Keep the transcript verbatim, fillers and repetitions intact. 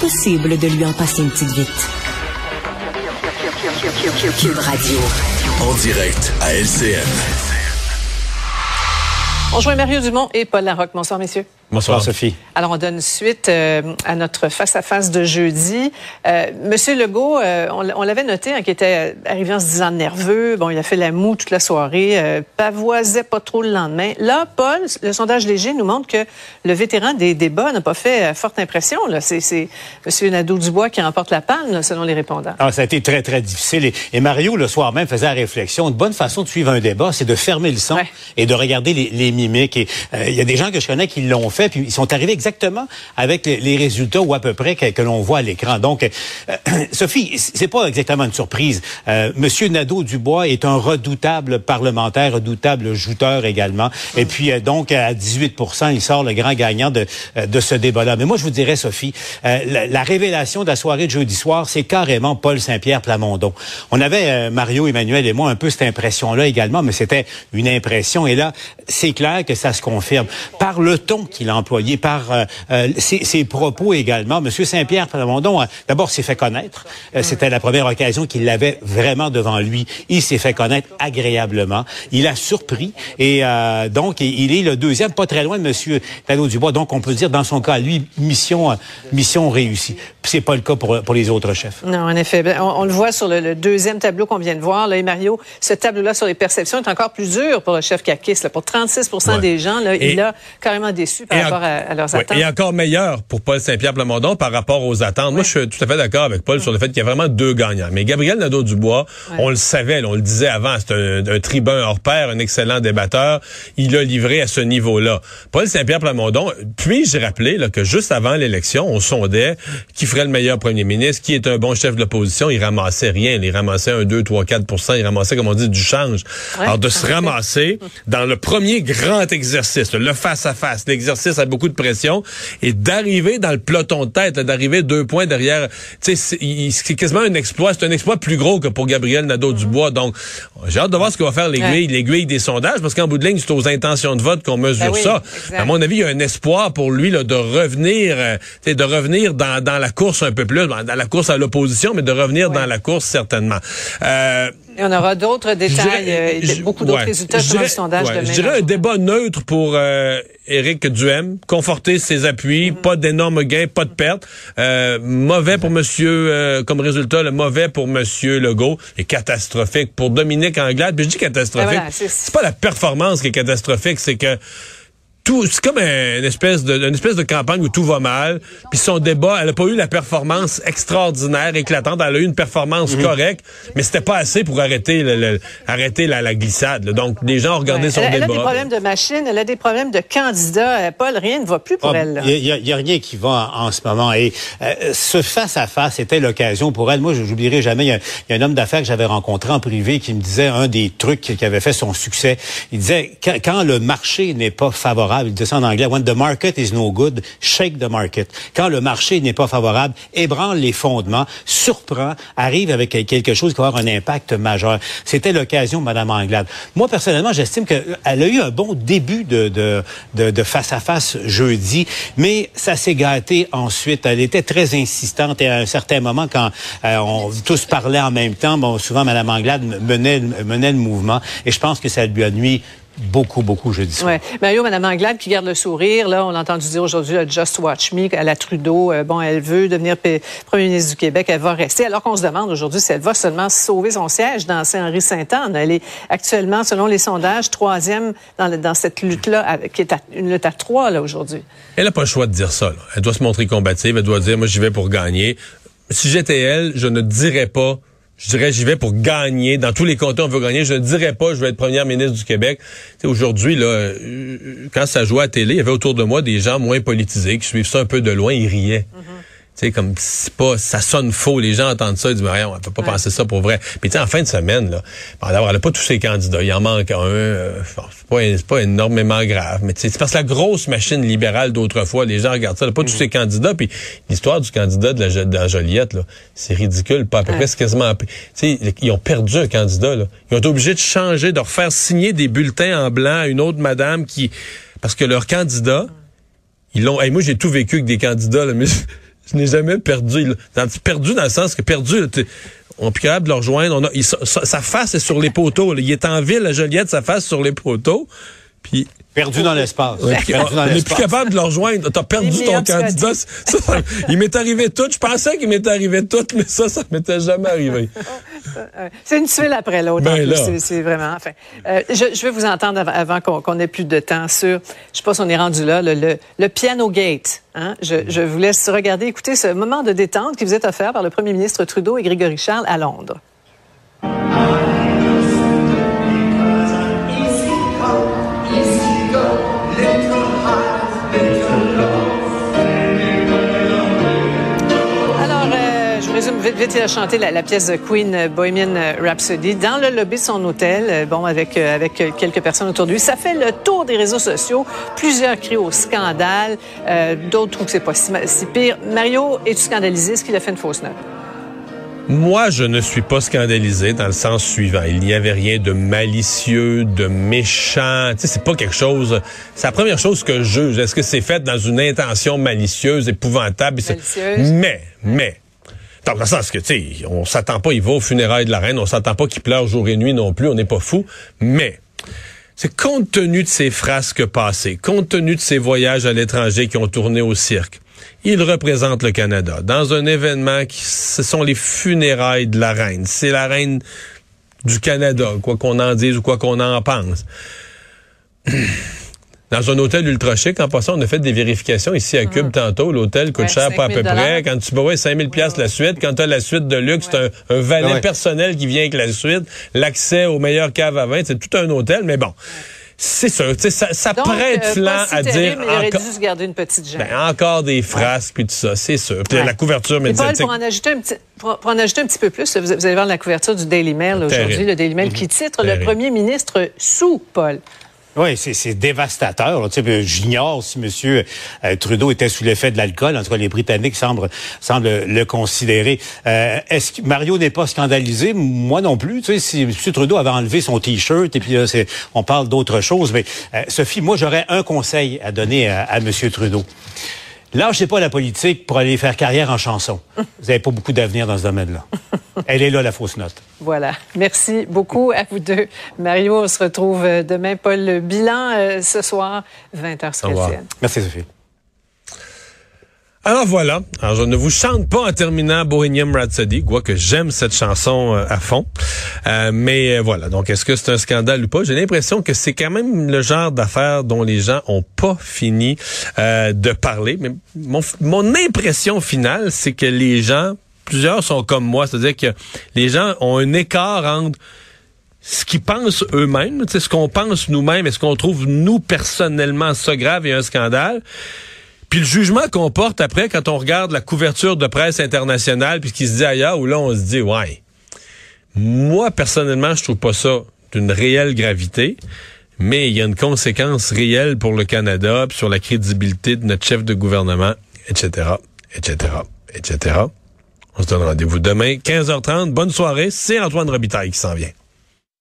impossible de lui en passer une petite vite. Cube Radio. En direct à L C N. On joint Mario Dumont et Paul Larocque. Bonsoir, messieurs. Bonsoir, Sophie. Alors, on donne suite euh, à notre face-à-face de jeudi. Euh, Monsieur Legault, euh, on, on l'avait noté, hein, qui était arrivé en se disant nerveux. Bon, il a fait la moue toute la soirée, euh, pavoisait pas trop le lendemain. Là, Paul, le sondage léger nous montre que le vétéran des débats n'a pas fait euh, forte impression. Là. C'est, c'est M. Nadeau-Dubois qui remporte la palme, là, selon les répondants. Alors, ça a été très, très difficile. Et, et Mario, le soir même, faisait la réflexion. Une bonne façon de suivre un débat, c'est de fermer le son ouais. et de regarder les, les mimiques. Et il euh, y a des gens que je connais qui l'ont fait, puis ils sont arrivés exactement avec les, les résultats ou à peu près que, que l'on voit à l'écran. Donc, euh, Sophie, c'est pas exactement une surprise. Euh, Monsieur Nadeau-Dubois est un redoutable parlementaire, redoutable jouteur également. Mmh. Et puis, euh, donc, à dix-huit pour cent, il sort le grand gagnant de, de ce débat-là. Mais moi, je vous dirais, Sophie, euh, la, la révélation de la soirée de jeudi soir, c'est carrément Paul Saint-Pierre Plamondon. On avait, euh, Mario, Emmanuel et moi, un peu cette impression-là également, mais c'était une impression. Et là, c'est clair que ça se confirme. Par le ton qu'il a employé, par euh, euh, ses, ses propos également, M. Saint-Pierre Plamondon, euh, d'abord, s'est fait connaître. Euh, c'était la première occasion qu'il l'avait vraiment devant lui. Il s'est fait connaître agréablement. Il a surpris. Et euh, donc, il est le deuxième, pas très loin de M. Nadeau-Dubois. Donc, on peut dire, dans son cas, lui, mission, euh, mission réussie. C'est pas le cas pour, pour les autres chefs. Non, en effet. On, on le voit sur le, le deuxième tableau qu'on vient de voir. Là, et Mario, ce tableau-là sur les perceptions est encore plus dur pour le chef caquiste. Là, pour trente-six pour cent ouais. des gens, là, et, il a carrément déçu par rapport en, à, à leurs ouais, attentes. Et encore meilleur pour Paul Saint-Pierre Plamondon par rapport aux attentes. Ouais. Moi, je suis tout à fait d'accord avec Paul ouais. sur le fait qu'il y a vraiment deux gagnants. Mais Gabriel Nadeau-Dubois, ouais. on le savait, là, on le disait avant, c'est un, un tribun hors pair, un excellent débatteur. Il a livré à ce niveau-là. Paul Saint-Pierre Plamondon, puis-je rappeler là, que juste avant l'élection, on sondait qui ferait le meilleur premier ministre, qui est un bon chef de l'opposition. Il ramassait rien. Il ramassait un, deux, trois, quatre pour cent. Il ramassait, comme on dit, du change. Ouais. Alors, de se ramasser dans le premier grand exercice, le face-à-face, l'exercice a beaucoup de pression, et d'arriver dans le peloton de tête, d'arriver deux points derrière, tu sais, c'est, c'est quasiment un exploit. C'est un exploit plus gros que pour Gabriel Nadeau-Dubois. Donc, j'ai hâte de voir ce que va faire l'aiguille, ouais. l'aiguille des sondages, parce qu'en bout de ligne, c'est aux intentions de vote qu'on mesure ben oui, ça. Exact. À mon avis, il y a un espoir pour lui là, de revenir, euh, tu sais, de revenir dans, dans la course un peu plus, dans la course à l'opposition, mais de revenir ouais. dans la course certainement. Euh, Et on aura d'autres détails, dirais, euh, beaucoup d'autres ouais, résultats sur le sondage ouais, demain. Je dirais un débat neutre pour euh, Éric Duhaime, conforter ses appuis, mm-hmm. pas d'énormes gains, pas de pertes. Euh, mauvais pour monsieur, euh, comme résultat, le mauvais pour monsieur Legault et catastrophique pour Dominique Anglade. Puis je dis catastrophique, voilà, c'est... c'est pas la performance qui est catastrophique, c'est que tout, c'est comme une espèce de, une espèce de campagne où tout va mal. Puis son débat, elle a pas eu la performance extraordinaire, éclatante. Elle a eu une performance mm-hmm. correcte, mais c'était pas assez pour arrêter, le, le, arrêter la, la glissade. Là. Donc, les gens ont regardé ouais. son elle, débat. Elle a des problèmes de machine, elle a des problèmes de candidats. Paul, rien ne va plus pour ah, elle. Il y, y a rien qui va en, en ce moment. Et euh, ce face-à-face était l'occasion pour elle. Moi, je n'oublierai jamais, il y, y a un homme d'affaires que j'avais rencontré en privé qui me disait un des trucs qui avait fait son succès. Il disait, quand, quand le marché n'est pas favorable, il dit ça en anglais, when the market is no good, shake the market. Quand le marché n'est pas favorable, ébranle les fondements, surprend, arrive avec quelque chose qui va avoir un impact majeur. C'était l'occasion, Mme Anglade. Moi, personnellement, j'estime qu'elle a eu un bon début de, de, de, de face-à-face jeudi, mais ça s'est gâté ensuite. Elle était très insistante et à un certain moment, quand euh, on tous parlaient en même temps, bon, souvent, Mme Anglade menait, menait le mouvement et je pense que ça lui a nuit beaucoup, beaucoup jeudi soir. Ouais. Mario, Mme Anglade qui garde le sourire, là, on a entendu dire aujourd'hui, là, Just Watch Me, à la Trudeau, euh, bon, elle veut devenir p- premier ministre du Québec, elle va rester, alors qu'on se demande aujourd'hui si elle va seulement sauver son siège dans Saint-Henri-Sainte-Anne. Elle est actuellement, selon les sondages, troisième dans, le, dans cette lutte-là, qui est à, une lutte à trois, là, aujourd'hui. Elle n'a pas le choix de dire ça, là. Elle doit se montrer combative, elle doit dire, moi, j'y vais pour gagner. Si j'étais elle, je ne dirais pas, je dirais, j'y vais pour gagner. Dans tous les cantons, on veut gagner. Je ne dirais pas, je vais être première ministre du Québec. Tu sais, aujourd'hui, là, euh, quand ça jouait à la télé, il y avait autour de moi des gens moins politisés qui suivent ça un peu de loin, ils riaient. Mm-hmm. Tu sais, comme, c'est pas, ça sonne faux. Les gens entendent ça, ils disent, mais rien, on peut pas ouais. penser ça pour vrai. Puis tu sais, en fin de semaine, là, bon, d'abord, elle a pas tous ses candidats. Il en manque un. Euh, c'est pas, c'est pas énormément grave. Mais tu sais, c'est parce que la grosse machine libérale d'autrefois, les gens regardent ça. Elle a pas mm-hmm. tous ses candidats. Puis l'histoire du candidat de la, de la Joliette, là, c'est ridicule. Pas à peu ouais. près, c'est quasiment, tu sais, ils ont perdu un candidat, là. Ils ont été obligés de changer, de refaire signer des bulletins en blanc à une autre madame qui, parce que leur candidat, ils l'ont, hey, moi, j'ai tout vécu avec des candidats, là, mais je n'ai jamais perdu. Dans, perdu dans le sens que perdu, là, on est plus capable de le rejoindre. On a, il, sa, sa face est sur les poteaux. Là. Il est en ville, la Joliette, sa face sur les poteaux. Puis perdu dans l'espace. Ouais, perdu on n'est plus capable de le rejoindre. T'as perdu ton candidat. Ça, ça, il m'est arrivé tout. Je pensais qu'il m'était arrivé tout, mais ça, ça m'était jamais arrivé. C'est une tuile après l'autre. Ben c'est, c'est vraiment. Enfin, euh, je, je vais vous entendre avant, avant qu'on, qu'on ait plus de temps sur. Je sais pas si on est rendu là. Le, le, le piano gate. Hein? Je, je vous laisse regarder, écouter ce moment de détente qui vous est offert par le premier ministre Trudeau et Grégory Charles à Londres. Vite, vite, il a chanté la, la pièce de Queen, Bohemian Rhapsody, dans le lobby de son hôtel, bon, avec, avec quelques personnes autour de lui. Ça fait le tour des réseaux sociaux. Plusieurs crient au scandale. Euh, d'autres trouvent que c'est pas si, si pire. Mario, es-tu scandalisé? Est-ce qu'il a fait une fausse note? Moi, je ne suis pas scandalisé dans le sens suivant. Il n'y avait rien de malicieux, de méchant. Tu sais, c'est pas quelque chose... C'est la première chose que je juge. Est-ce que c'est fait dans une intention malicieuse, épouvantable? Malicieuse. Mais, mais... Dans le sens que, tu sais, on s'attend pas, il va aux funérailles de la reine, on s'attend pas qu'il pleure jour et nuit non plus, on n'est pas fou. Mais, c'est compte tenu de ses frasques passées, compte tenu de ses voyages à l'étranger qui ont tourné au cirque, il représente le Canada dans un événement qui, ce sont les funérailles de la reine. C'est la reine du Canada, quoi qu'on en dise ou quoi qu'on en pense. Dans un hôtel ultra chic, en passant, on a fait des vérifications ici à Cube mmh. tantôt. L'hôtel coûte ouais, cher pas à peu près. Quand tu vois cinq mille piastres la suite, quand tu as la suite de luxe, ouais. c'est un, un valet ouais. personnel qui vient avec la suite, l'accès aux meilleures caves à vin, c'est tout un hôtel, mais bon. Ouais. C'est sûr, tu sais, ça, ça Donc, prête euh, flanc si à terrible, dire... Mais il aurait encore, dû se garder une petite gêne. Ben, encore des frasques puis tout ça, c'est sûr. Puis ouais. la couverture médiatique... Paul, pour en ajouter un petit, pour, pour en ajouter un petit peu plus, vous, vous allez voir la couverture du Daily Mail aujourd'hui, le Daily Mail mmh. qui titre Terrible. Le premier ministre sous Paul. Oui, c'est, c'est dévastateur. Là. Tu sais, j'ignore si M. Euh, Trudeau était sous l'effet de l'alcool. En tout cas, les Britanniques semblent, semblent le considérer. Euh, est-ce que Mario n'est pas scandalisé? Moi non plus. Tu sais, si M. Trudeau avait enlevé son T-shirt et puis là, c'est, on parle d'autre chose. Mais euh, Sophie, moi, j'aurais un conseil à donner à, à M. Trudeau. Lâchez pas la politique pour aller faire carrière en chanson. Vous n'avez pas beaucoup d'avenir dans ce domaine-là. Elle est là, la fausse note. Voilà. Merci beaucoup à vous deux. Mario, on se retrouve demain. Paul, le bilan euh, ce soir, vingt heures sur L C N. Merci, Sophie. Alors voilà, alors je ne vous chante pas en terminant Bohemian Rhapsody, quoique j'aime cette chanson euh, à fond, euh, mais euh, voilà, donc est-ce que c'est un scandale ou pas? J'ai l'impression que c'est quand même le genre d'affaires dont les gens ont pas fini euh, de parler, mais mon, mon impression finale, c'est que les gens, plusieurs sont comme moi, c'est-à-dire que les gens ont un écart entre ce qu'ils pensent eux-mêmes, tu sais, ce qu'on pense nous-mêmes, est-ce qu'on trouve nous personnellement ça grave et un scandale? Puis le jugement qu'on porte après, quand on regarde la couverture de presse internationale, puis ce qui se dit ailleurs, où là, on se dit, ouais, moi, personnellement, je trouve pas ça d'une réelle gravité, mais il y a une conséquence réelle pour le Canada, puis sur la crédibilité de notre chef de gouvernement, et cetera, et cetera, et cetera. On se donne rendez-vous demain, quinze heures trente. Bonne soirée. C'est Antoine Robitaille qui s'en vient.